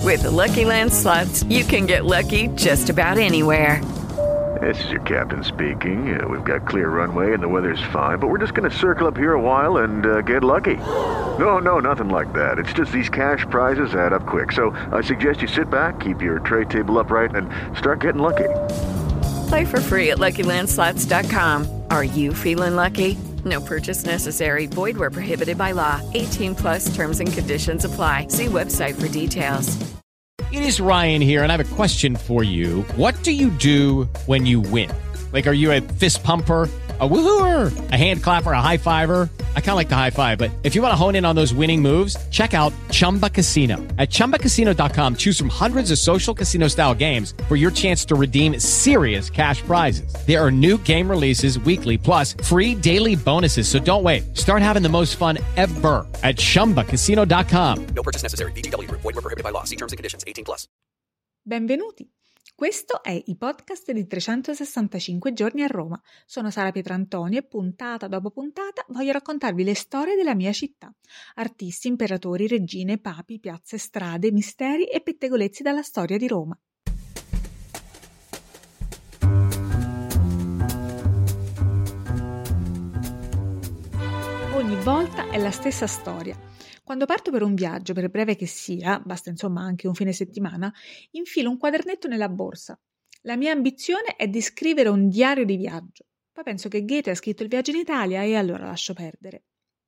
With the Lucky Land Slots, you can get lucky just about anywhere. This is your captain speaking. We've got clear runway and the weather's fine, but we're just going to circle up here a while and get lucky. No, nothing like that. It's just these cash prizes add up quick. So I suggest you sit back, keep your tray table upright, and start getting lucky. Play for free at LuckyLandSlots.com. Are you feeling lucky? No purchase necessary. Void where prohibited by law. 18 plus terms and conditions apply. See website for details. It is Ryan here, and I have a question for you. What do you do when you win? Like, are you a fist pumper, a woohooer, a hand clapper, a high fiver? I kind of like the high five, but if you want to hone in on those winning moves, check out Chumba Casino. At ChumbaCasino.com, choose from hundreds of social casino-style games for your chance to redeem serious cash prizes. There are new game releases weekly, plus free daily bonuses, so don't wait. Start having the most fun ever at ChumbaCasino.com. No purchase necessary. VGW Group. Void where prohibited by law. See terms and conditions. 18 plus. Benvenuti! Questo è i podcast di 365 giorni a Roma. Sono Sara Pietrantonio e puntata dopo puntata voglio raccontarvi le storie della mia città. Artisti, imperatori, regine, papi, piazze, strade, misteri e pettegolezzi dalla storia di Roma. Ogni volta è la stessa storia. Quando parto per un viaggio, per breve che sia, basta insomma anche un fine settimana, infilo un quadernetto nella borsa. La mia ambizione è di scrivere un diario di viaggio. Poi penso che Goethe ha scritto il viaggio in Italia e allora lascio perdere.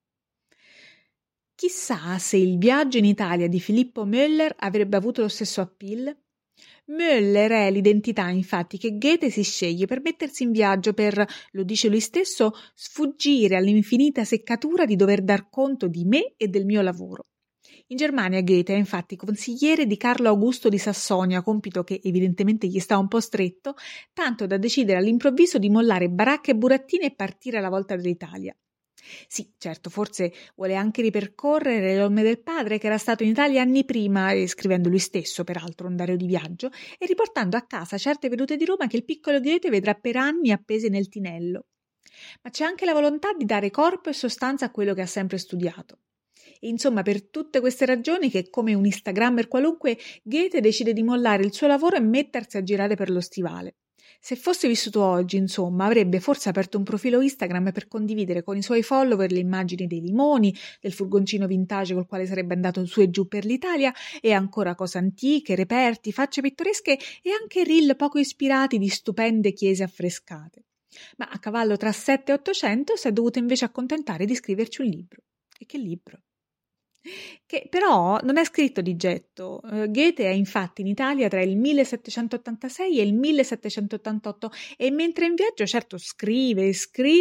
Chissà se il viaggio in Italia di Filippo Müller avrebbe avuto lo stesso appeal. Müller è l'identità, infatti, che Goethe si sceglie per mettersi in viaggio per, lo dice lui stesso, sfuggire all'infinita seccatura di dover dar conto di me e del mio lavoro. In Germania Goethe è infatti consigliere di Carlo Augusto di Sassonia, compito che evidentemente gli sta un po' stretto, tanto da decidere all'improvviso di mollare baracche e burattini e partire alla volta dell'Italia. Sì, certo, forse vuole anche ripercorrere le orme del padre che era stato in Italia anni prima, scrivendo lui stesso, peraltro, un diario di viaggio, e riportando a casa certe vedute di Roma che il piccolo Goethe vedrà per anni appese nel tinello. Ma c'è anche la volontà di dare corpo e sostanza a quello che ha sempre studiato. E insomma, per tutte queste ragioni che, come un Instagrammer qualunque, Goethe decide di mollare il suo lavoro e mettersi a girare per lo stivale. Se fosse vissuto oggi, insomma, avrebbe forse aperto un profilo Instagram per condividere con i suoi follower le immagini dei limoni, del furgoncino vintage col quale sarebbe andato su e giù per l'Italia e ancora cose antiche, reperti, facce pittoresche e anche reel poco ispirati di stupende chiese affrescate. Ma a cavallo tra 7 e 800 si è dovuto invece accontentare di scriverci un libro. E che libro? Che però non è scritto di getto. Goethe è infatti in Italia tra il 1786 e il 1788 e mentre è in viaggio certo scrive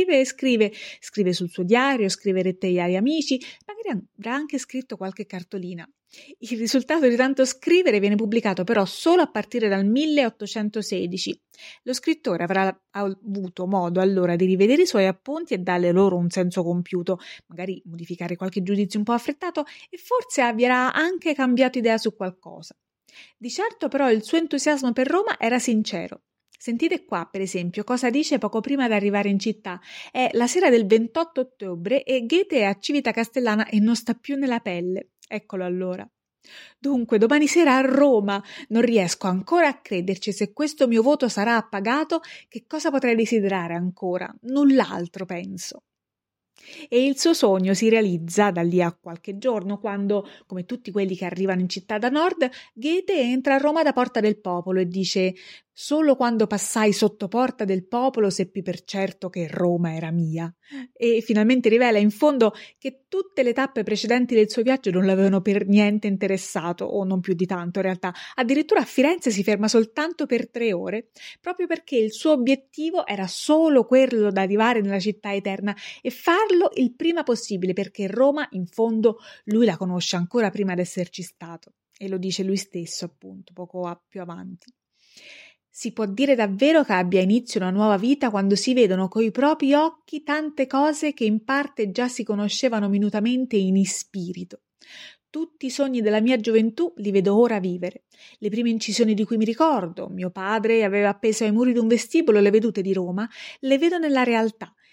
sul suo diario, scrive lettere agli amici, magari avrà anche scritto qualche cartolina. Il risultato di tanto scrivere viene pubblicato però solo a partire dal 1816. Lo scrittore avrà avuto modo allora di rivedere i suoi appunti e darle loro un senso compiuto, magari modificare qualche giudizio un po' affrettato e forse avrà anche cambiato idea su qualcosa. Di certo però il suo entusiasmo per Roma era sincero. Sentite qua, per esempio, cosa dice poco prima di arrivare in città. È la sera del 28 ottobre e Goethe è a Civita Castellana e non sta più nella pelle. Eccolo allora. Dunque, domani sera a Roma. Non riesco ancora a crederci. Se questo mio voto sarà appagato, che cosa potrei desiderare ancora? Null'altro, penso. E il suo sogno si realizza da lì a qualche giorno quando, come tutti quelli che arrivano in città da nord, Goethe entra a Roma da Porta del Popolo e dice: «Solo quando passai sotto Porta del Popolo seppi per certo che Roma era mia». E finalmente rivela in fondo che tutte le tappe precedenti del suo viaggio non l'avevano per niente interessato, o non più di tanto in realtà. Addirittura a Firenze si ferma soltanto per 3 ore, proprio perché il suo obiettivo era solo quello da arrivare nella città eterna e farlo il prima possibile, perché Roma, in fondo, lui la conosce ancora prima di esserci stato. E lo dice lui stesso, appunto, più avanti. Si può dire davvero che abbia inizio una nuova vita quando si vedono coi propri occhi tante cose che in parte già si conoscevano minutamente in ispirito. Tutti i sogni della mia gioventù li vedo ora vivere. Le prime incisioni di cui mi ricordo, mio padre aveva appeso ai muri di un vestibolo le vedute di Roma, le vedo nella realtà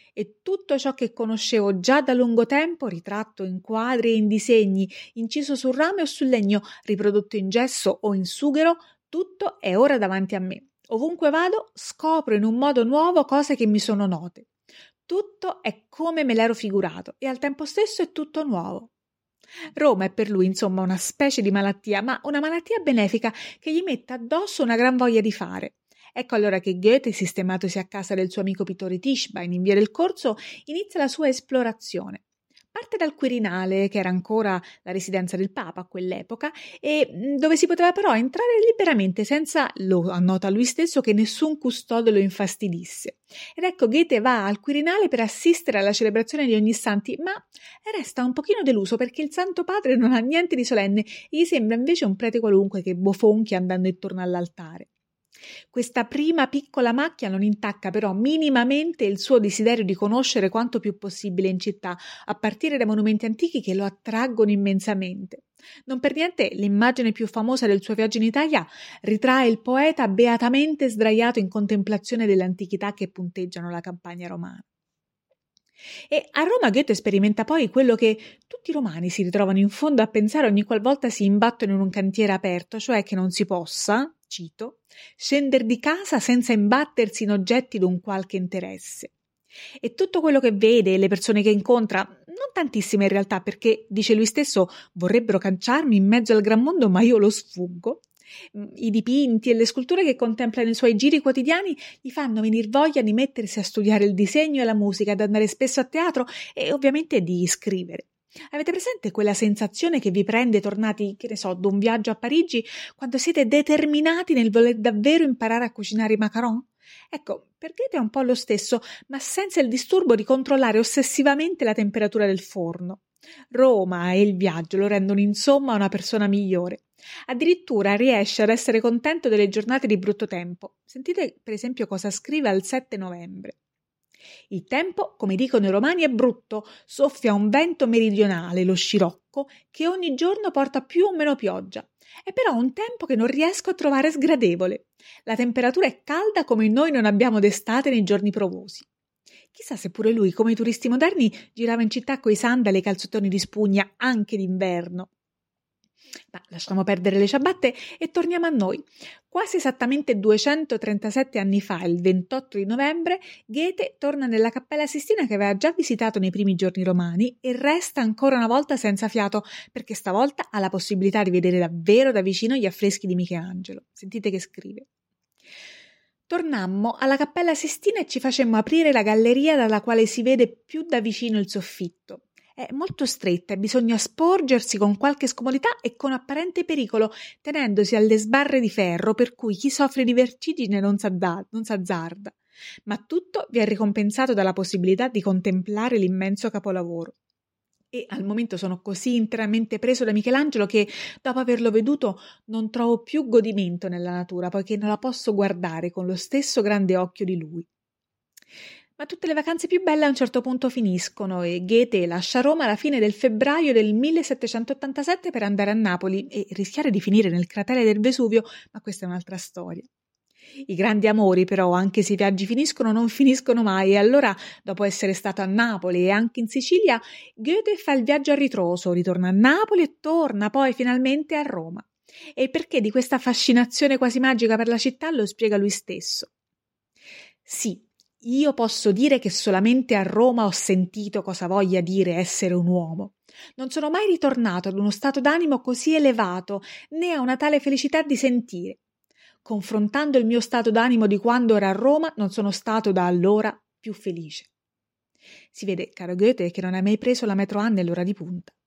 E tutto ciò che conoscevo già da lungo tempo, ritratto in quadri e in disegni, inciso sul rame o sul legno, riprodotto in gesso o in sughero, tutto è ora davanti a me. Ovunque vado, scopro in un modo nuovo cose che mi sono note. Tutto è come me l'ero figurato e al tempo stesso è tutto nuovo. Roma è per lui, insomma, una specie di malattia, ma una malattia benefica che gli mette addosso una gran voglia di fare. Ecco allora che Goethe, sistematosi a casa del suo amico pittore Tischbein in via del Corso, inizia la sua esplorazione. Parte dal Quirinale, che era ancora la residenza del Papa a quell'epoca, e dove si poteva però entrare liberamente senza, lo annota lui stesso, che nessun custode lo infastidisse. Ed ecco, Goethe va al Quirinale per assistere alla celebrazione di Ognissanti, ma resta un pochino deluso perché il Santo Padre non ha niente di solenne e gli sembra invece un prete qualunque che bofonchi andando intorno all'altare. Questa prima piccola macchia non intacca però minimamente il suo desiderio di conoscere quanto più possibile in città, a partire dai monumenti antichi che lo attraggono immensamente. Non per niente l'immagine più famosa del suo viaggio in Italia ritrae il poeta beatamente sdraiato in contemplazione delle antichità che punteggiano la campagna romana. E a Roma Goethe sperimenta poi quello che tutti i romani si ritrovano in fondo a pensare ogni qualvolta si imbattono in un cantiere aperto, cioè che non si possa, cito, scendere di casa senza imbattersi in oggetti d'un qualche interesse. E tutto quello che vede e le persone che incontra, non tantissime in realtà, perché, dice lui stesso, vorrebbero cacciarmi in mezzo al gran mondo, ma io lo sfuggo. I dipinti e le sculture che contempla nei suoi giri quotidiani gli fanno venir voglia di mettersi a studiare il disegno e la musica, ad andare spesso a teatro e ovviamente di scrivere. Avete presente quella sensazione che vi prende tornati, che ne so, da un viaggio a Parigi, quando siete determinati nel voler davvero imparare a cucinare i macaron? Ecco, per Goethe è un po' lo stesso, ma senza il disturbo di controllare ossessivamente la temperatura del forno. Roma e il viaggio lo rendono insomma una persona migliore. Addirittura riesce ad essere contento delle giornate di brutto tempo. Sentite per esempio cosa scrive al 7 novembre. Il tempo, come dicono i romani, è brutto, soffia un vento meridionale, lo scirocco, che ogni giorno porta più o meno pioggia. È però un tempo che non riesco a trovare sgradevole. La temperatura è calda come noi non abbiamo d'estate nei giorni piovosi. Chissà se pure lui, come i turisti moderni, girava in città coi sandali e i calzettoni di spugna anche d'inverno. Ma lasciamo perdere le ciabatte e torniamo a noi. Quasi esattamente 237 anni fa, il 28 di novembre, Goethe torna nella Cappella Sistina che aveva già visitato nei primi giorni romani e resta ancora una volta senza fiato, perché stavolta ha la possibilità di vedere davvero da vicino gli affreschi di Michelangelo. Sentite che scrive. Tornammo alla Cappella Sistina e ci facemmo aprire la galleria dalla quale si vede più da vicino il soffitto. È molto stretta e bisogna sporgersi con qualche scomodità e con apparente pericolo, tenendosi alle sbarre di ferro, per cui chi soffre di vertigine non s'azzarda. Ma tutto vi è ricompensato dalla possibilità di contemplare l'immenso capolavoro. E al momento sono così interamente preso da Michelangelo che, dopo averlo veduto, non trovo più godimento nella natura, poiché non la posso guardare con lo stesso grande occhio di lui. Ma tutte le vacanze più belle a un certo punto finiscono e Goethe lascia Roma alla fine del febbraio del 1787 per andare a Napoli e rischiare di finire nel cratere del Vesuvio, ma questa è un'altra storia. I grandi amori però, anche se i viaggi finiscono, non finiscono mai e allora, dopo essere stato a Napoli e anche in Sicilia, Goethe fa il viaggio a ritroso, ritorna a Napoli e torna poi finalmente a Roma. E il perché di questa fascinazione quasi magica per la città lo spiega lui stesso. Sì, io posso dire che solamente a Roma ho sentito cosa voglia dire essere un uomo. Non sono mai ritornato ad uno stato d'animo così elevato, né a una tale felicità di sentire. Confrontando il mio stato d'animo di quando ero a Roma, non sono stato da allora più felice. Si vede, caro Goethe, che non hai mai preso la metro A nell'ora di punta.